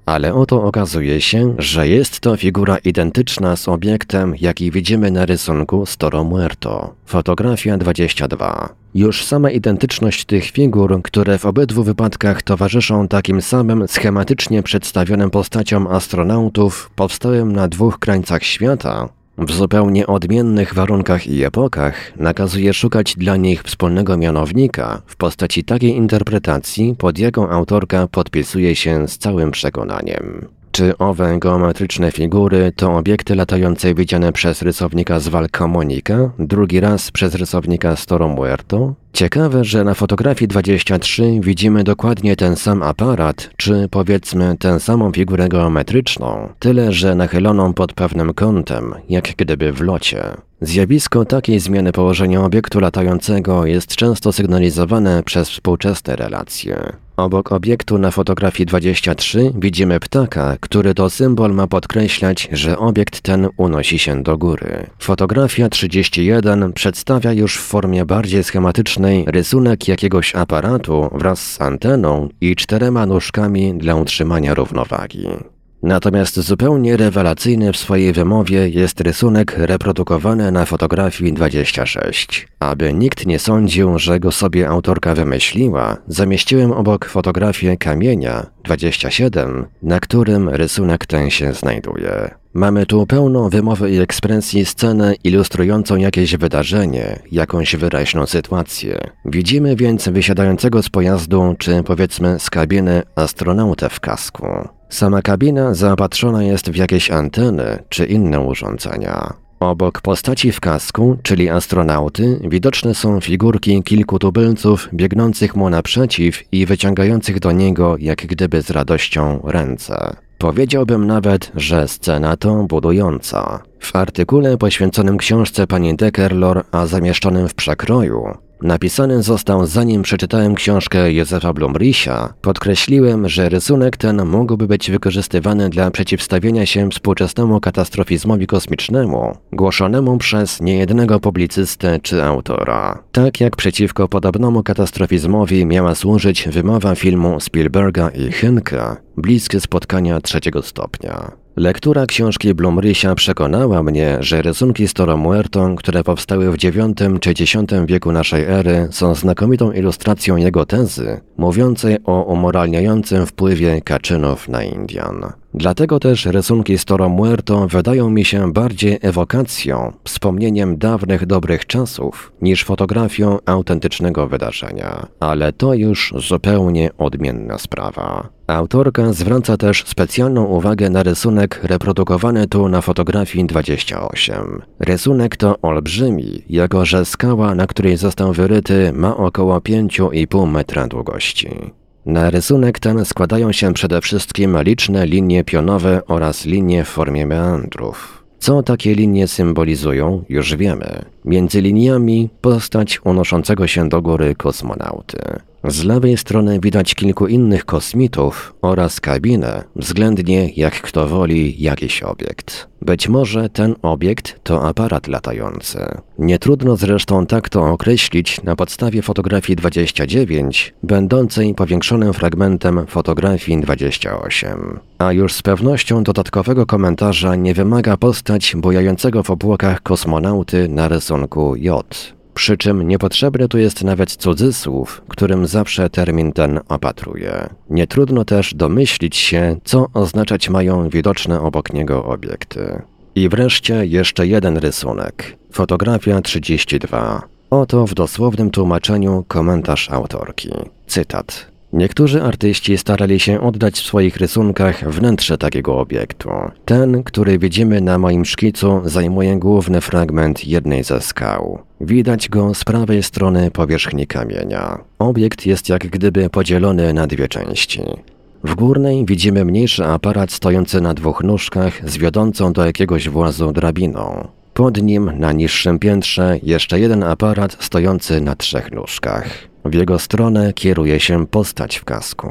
Ale oto okazuje się, że jest to figura identyczna z obiektem, jaki widzimy na rysunku z Toro Muerto. Fotografia dwadzieścia dwa. Już sama identyczność tych figur, które w obydwu wypadkach towarzyszą takim samym schematycznie przedstawionym postaciom astronautów powstałym na dwóch krańcach świata, w zupełnie odmiennych warunkach i epokach, nakazuje szukać dla nich wspólnego mianownika w postaci takiej interpretacji, pod jaką autorka podpisuje się z całym przekonaniem. Czy owe geometryczne figury to obiekty latające widziane przez rysownika z Valcamonica, drugi raz przez rysownika z Toro Muerto? Ciekawe, że na fotografii dwadzieścia trzy widzimy dokładnie ten sam aparat, czy powiedzmy tę samą figurę geometryczną, tyle że nachyloną pod pewnym kątem, jak gdyby w locie. Zjawisko takiej zmiany położenia obiektu latającego jest często sygnalizowane przez współczesne relacje. Obok obiektu na fotografii dwadzieścia trzy widzimy ptaka, który to symbol ma podkreślać, że obiekt ten unosi się do góry. Fotografia trzydzieści jeden przedstawia już w formie bardziej schematycznej rysunek jakiegoś aparatu wraz z anteną i czterema nóżkami dla utrzymania równowagi. Natomiast zupełnie rewelacyjny w swojej wymowie jest rysunek reprodukowany na fotografii dwadzieścia sześć. Aby nikt nie sądził, że go sobie autorka wymyśliła, zamieściłem obok fotografię kamienia dwadzieścia siedem, na którym rysunek ten się znajduje. Mamy tu pełną wymowy i ekspresji scenę ilustrującą jakieś wydarzenie, jakąś wyraźną sytuację. Widzimy więc wysiadającego z pojazdu, czy powiedzmy z kabiny, astronautę w kasku. Sama kabina zaopatrzona jest w jakieś anteny czy inne urządzenia. Obok postaci w kasku, czyli astronauty, widoczne są figurki kilku tubylców biegnących mu naprzeciw i wyciągających do niego jak gdyby z radością ręce. Powiedziałbym nawet, że scena to budująca. W artykule poświęconym książce pani Deckerlor, a zamieszczonym w przekroju, napisany został zanim przeczytałem książkę Józefa Blumricha, podkreśliłem, że rysunek ten mógłby być wykorzystywany dla przeciwstawienia się współczesnemu katastrofizmowi kosmicznemu, głoszonemu przez niejednego publicystę czy autora. Tak jak przeciwko podobnemu katastrofizmowi miała służyć wymowa filmu Spielberga i Henke, Bliskie spotkania trzeciego stopnia. Lektura książki Blumricha przekonała mnie, że rysunki z Toro Muerto, które powstały w dziewiątym czy dziesiątym wieku naszej ery, są znakomitą ilustracją jego tezy, mówiącej o umoralniającym wpływie kaczynów na Indian. Dlatego też rysunki z Toro Muerto wydają mi się bardziej ewokacją, wspomnieniem dawnych dobrych czasów, niż fotografią autentycznego wydarzenia. Ale to już zupełnie odmienna sprawa. Autorka zwraca też specjalną uwagę na rysunek reprodukowany tu na fotografii dwadzieścia osiem. Rysunek to olbrzymi, jako że skała, na której został wyryty, ma około pięć i pół metra długości. Na rysunek ten składają się przede wszystkim liczne linie pionowe oraz linie w formie meandrów. Co takie linie symbolizują, już wiemy. Między liniami postać unoszącego się do góry kosmonauty. Z lewej strony widać kilku innych kosmitów oraz kabinę, względnie jak kto woli jakiś obiekt. Być może ten obiekt to aparat latający. Nie trudno zresztą tak to określić na podstawie fotografii dwadzieścia dziewięć, będącej powiększonym fragmentem fotografii dwadzieścia osiem. A już z pewnością dodatkowego komentarza nie wymaga postać bujającego w obłokach kosmonauty na rysunku J. Przy czym niepotrzebny tu jest nawet cudzysłów, którym zawsze termin ten opatruje. Nie trudno też domyślić się, co oznaczać mają widoczne obok niego obiekty. I wreszcie jeszcze jeden rysunek. Fotografia trzydzieści dwa. Oto w dosłownym tłumaczeniu komentarz autorki. Cytat. Niektórzy artyści starali się oddać w swoich rysunkach wnętrze takiego obiektu. Ten, który widzimy na moim szkicu, zajmuje główny fragment jednej ze skał. Widać go z prawej strony powierzchni kamienia. Obiekt jest jak gdyby podzielony na dwie części. W górnej widzimy mniejszy aparat stojący na dwóch nóżkach z wiodącą do jakiegoś włazu drabiną. Pod nim, na niższym piętrze, jeszcze jeden aparat stojący na trzech nóżkach. W jego stronę kieruje się postać w kasku.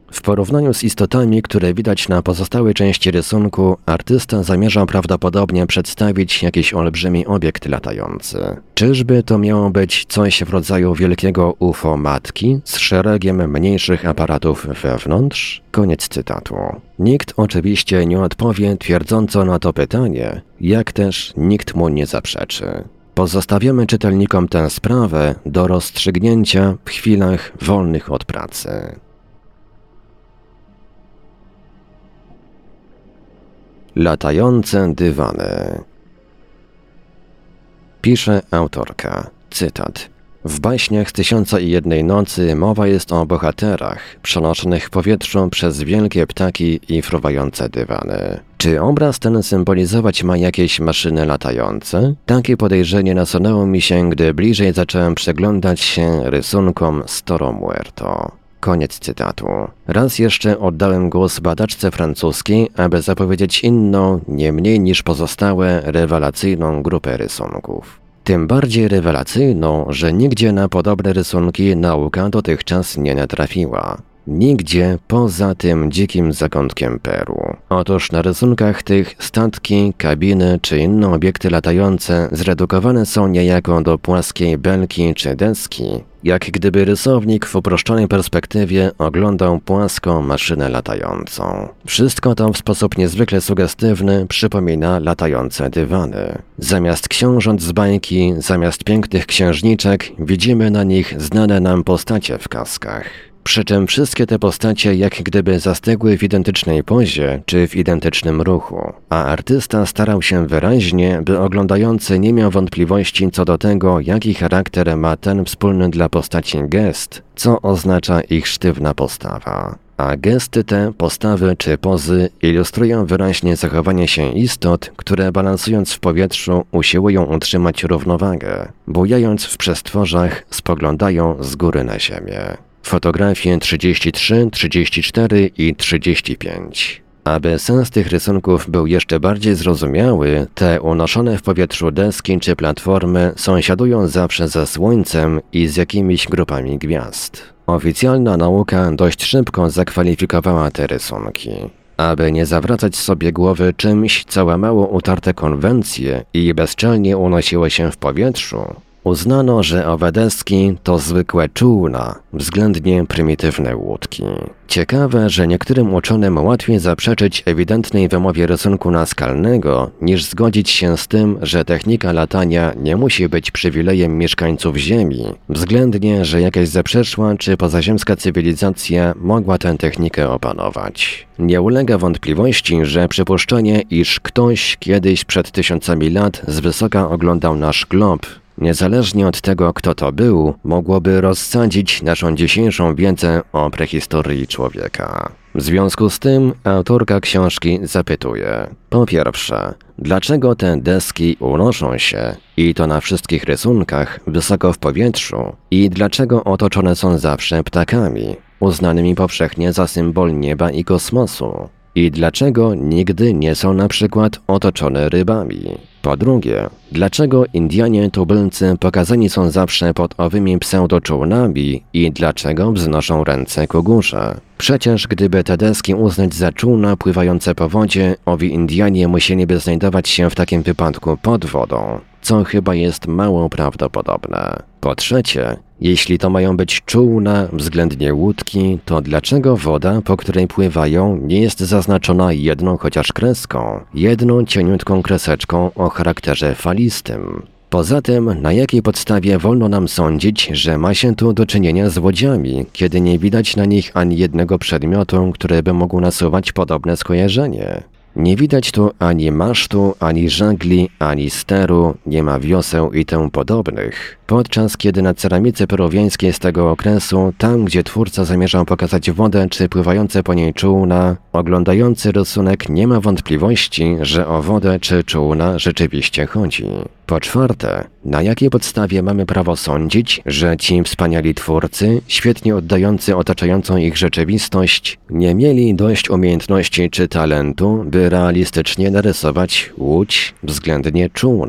W porównaniu z istotami, które widać na pozostałej części rysunku, artysta zamierza prawdopodobnie przedstawić jakiś olbrzymi obiekt latający. Czyżby to miało być coś w rodzaju wielkiego U F O matki z szeregiem mniejszych aparatów wewnątrz? Koniec cytatu. Nikt oczywiście nie odpowie twierdząco na to pytanie, jak też nikt mu nie zaprzeczy. Pozostawiamy czytelnikom tę sprawę do rozstrzygnięcia w chwilach wolnych od pracy. Latające dywany. Pisze autorka, cytat. W baśniach z Tysiąca i Jednej Nocy mowa jest o bohaterach przenoszonych w powietrzu przez wielkie ptaki i fruwające dywany. Czy obraz ten symbolizować ma jakieś maszyny latające? Takie podejrzenie nasunęło mi się, gdy bliżej zacząłem przyglądać się rysunkom z Toro Muerto. Koniec cytatu. Raz jeszcze oddałem głos badaczce francuskiej, aby zapowiedzieć inną, nie mniej niż pozostałe, rewelacyjną grupę rysunków. Tym bardziej rewelacyjną, że nigdzie na podobne rysunki nauka dotychczas nie natrafiła. Nigdzie poza tym dzikim zakątkiem Peru. Otóż na rysunkach tych statki, kabiny czy inne obiekty latające zredukowane są niejako do płaskiej belki czy deski, jak gdyby rysownik w uproszczonej perspektywie oglądał płaską maszynę latającą. Wszystko to w sposób niezwykle sugestywny przypomina latające dywany. Zamiast książąt z bajki, zamiast pięknych księżniczek, widzimy na nich znane nam postacie w kaskach. Przy czym wszystkie te postacie jak gdyby zastygły w identycznej pozie czy w identycznym ruchu, a artysta starał się wyraźnie, by oglądający nie miał wątpliwości co do tego, jaki charakter ma ten wspólny dla postaci gest, co oznacza ich sztywna postawa. A gesty te, postawy czy pozy ilustrują wyraźnie zachowanie się istot, które balansując w powietrzu usiłują utrzymać równowagę, bujając w przestworzach spoglądają z góry na ziemię. Fotografie trzydzieści trzy, trzydzieści cztery i trzydzieści pięć. Aby sens tych rysunków był jeszcze bardziej zrozumiały, te unoszone w powietrzu deski czy platformy sąsiadują zawsze ze Słońcem i z jakimiś grupami gwiazd. Oficjalna nauka dość szybko zakwalifikowała te rysunki. Aby nie zawracać sobie głowy czymś, co łamało utarte konwencje i bezczelnie unosiło się w powietrzu, uznano, że owe deski to zwykłe czółna, względnie prymitywne łódki. Ciekawe, że niektórym uczonym łatwiej zaprzeczyć ewidentnej wymowie rysunku naskalnego, niż zgodzić się z tym, że technika latania nie musi być przywilejem mieszkańców Ziemi, względnie, że jakaś zaprzeszła czy pozaziemska cywilizacja mogła tę technikę opanować. Nie ulega wątpliwości, że przypuszczenie, iż ktoś kiedyś przed tysiącami lat z wysoka oglądał nasz glob, niezależnie od tego, kto to był, mogłoby rozsadzić naszą dzisiejszą wiedzę o prehistorii człowieka. W związku z tym autorka książki zapytuje: po pierwsze, dlaczego te deski unoszą się, i to na wszystkich rysunkach, wysoko w powietrzu, i dlaczego otoczone są zawsze ptakami, uznanymi powszechnie za symbol nieba i kosmosu? I dlaczego nigdy nie są na przykład otoczone rybami? Po drugie, dlaczego Indianie tubylcy pokazani są zawsze pod owymi pseudoczółnami i dlaczego wznoszą ręce ku górze? Przecież gdyby te deski uznać za czółna pływające po wodzie, owi Indianie musieliby znajdować się w takim wypadku pod wodą, co chyba jest mało prawdopodobne. Po trzecie, jeśli to mają być czółna, względnie łódki, to dlaczego woda, po której pływają, nie jest zaznaczona jedną chociaż kreską, jedną cieniutką kreseczką o charakterze falistym? Poza tym, na jakiej podstawie wolno nam sądzić, że ma się tu do czynienia z łodziami, kiedy nie widać na nich ani jednego przedmiotu, który by mógł nasuwać podobne skojarzenie? Nie widać tu ani masztu, ani żagli, ani steru, nie ma wioseł i tym podobnych. Podczas kiedy na ceramice peruwiańskiej z tego okresu, tam gdzie twórca zamierzał pokazać wodę czy pływające po niej czółna, oglądający rysunek nie ma wątpliwości, że o wodę czy czółna rzeczywiście chodzi. Po czwarte, na jakiej podstawie mamy prawo sądzić, że ci wspaniali twórcy, świetnie oddający otaczającą ich rzeczywistość, nie mieli dość umiejętności czy talentu, by realistycznie narysować łódź, względnie czółno?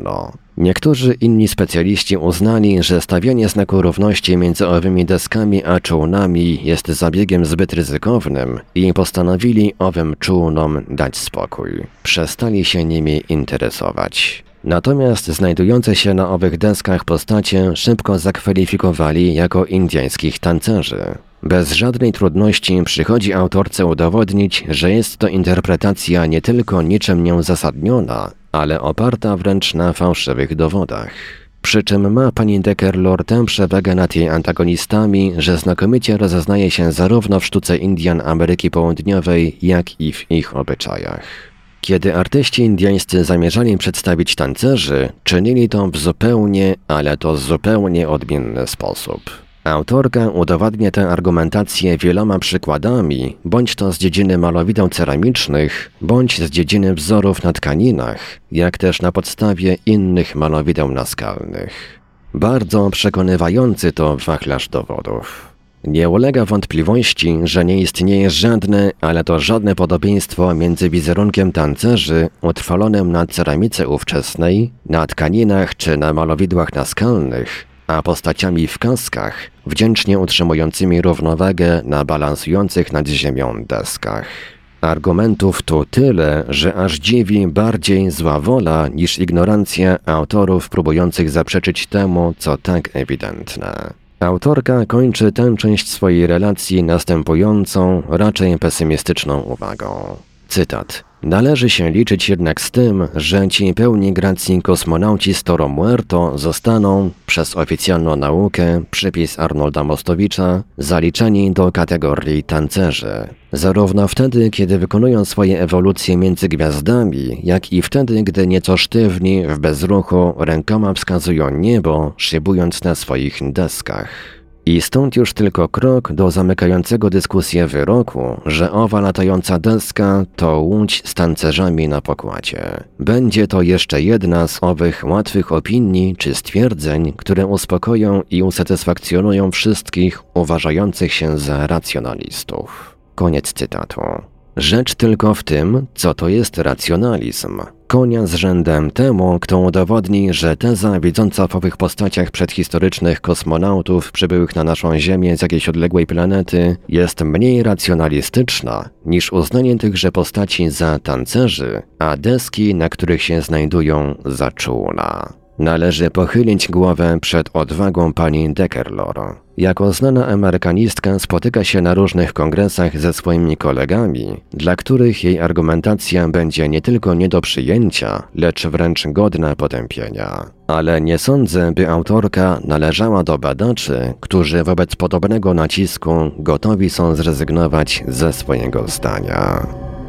Niektórzy inni specjaliści uznali, że stawianie znaku równości między owymi deskami a czółnami jest zabiegiem zbyt ryzykownym i postanowili owym czółnom dać spokój. Przestali się nimi interesować. Natomiast znajdujące się na owych deskach postacie szybko zakwalifikowali jako indyjskich tancerzy. Bez żadnej trudności przychodzi autorce udowodnić, że jest to interpretacja nie tylko niczym nieuzasadniona, ale oparta wręcz na fałszywych dowodach. Przy czym ma pani Decker-Lord tę przewagę nad jej antagonistami, że znakomicie rozeznaje się zarówno w sztuce Indian Ameryki Południowej, jak i w ich obyczajach. Kiedy artyści indyjscy zamierzali przedstawić tancerzy, czynili to w zupełnie, ale to zupełnie odmienny sposób. Autorka udowadnia tę argumentację wieloma przykładami, bądź to z dziedziny malowideł ceramicznych, bądź z dziedziny wzorów na tkaninach, jak też na podstawie innych malowideł naskalnych. Bardzo przekonywający to wachlarz dowodów. Nie ulega wątpliwości, że nie istnieje żadne, ale to żadne podobieństwo między wizerunkiem tancerzy utrwalonym na ceramice ówczesnej, na tkaninach czy na malowidłach naskalnych, a postaciami w kaskach, wdzięcznie utrzymującymi równowagę na balansujących nad ziemią deskach. Argumentów tu tyle, że aż dziwi bardziej zła wola niż ignorancja autorów próbujących zaprzeczyć temu, co tak ewidentne. Autorka kończy tę część swojej relacji następującą, raczej pesymistyczną uwagą. Cytat. Należy się liczyć jednak z tym, że ci pełni gracji kosmonauci z Toro Muerto zostaną, przez oficjalną naukę, przypis Arnolda Mostowicza, zaliczeni do kategorii tancerzy. Zarówno wtedy, kiedy wykonują swoje ewolucje między gwiazdami, jak i wtedy, gdy nieco sztywni, w bezruchu, rękoma wskazują niebo, szybując na swoich deskach. I stąd już tylko krok do zamykającego dyskusję wyroku, że owa latająca deska to łódź z tancerzami na pokładzie. Będzie to jeszcze jedna z owych łatwych opinii czy stwierdzeń, które uspokoją i usatysfakcjonują wszystkich uważających się za racjonalistów. Koniec cytatu. Rzecz tylko w tym, co to jest racjonalizm. Konia z rzędem temu, kto udowodni, że teza widząca w owych postaciach przedhistorycznych kosmonautów przybyłych na naszą Ziemię z jakiejś odległej planety jest mniej racjonalistyczna niż uznanie tychże postaci za tancerzy, a deski, na których się znajdują, za czółna. Należy pochylić głowę przed odwagą pani Decker-Lord. Jako znana amerykanistka spotyka się na różnych kongresach ze swoimi kolegami, dla których jej argumentacja będzie nie tylko nie do przyjęcia, lecz wręcz godna potępienia. Ale nie sądzę, by autorka należała do badaczy, którzy wobec podobnego nacisku gotowi są zrezygnować ze swojego zdania.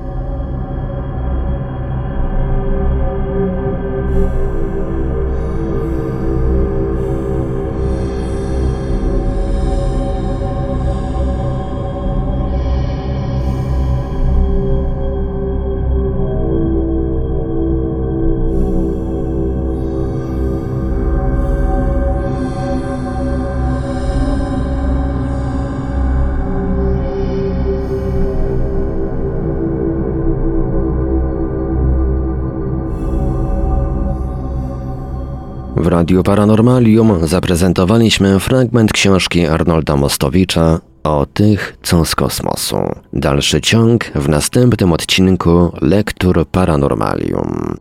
W Radiu Paranormalium zaprezentowaliśmy fragment książki Arnolda Mostowicza o tych, co z kosmosu. Dalszy ciąg w następnym odcinku Lektur Paranormalium.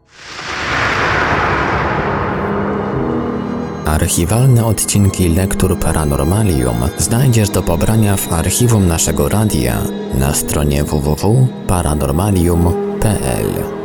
Archiwalne odcinki Lektur Paranormalium znajdziesz do pobrania w archiwum naszego radia na stronie w w w kropka paranormalium kropka p l.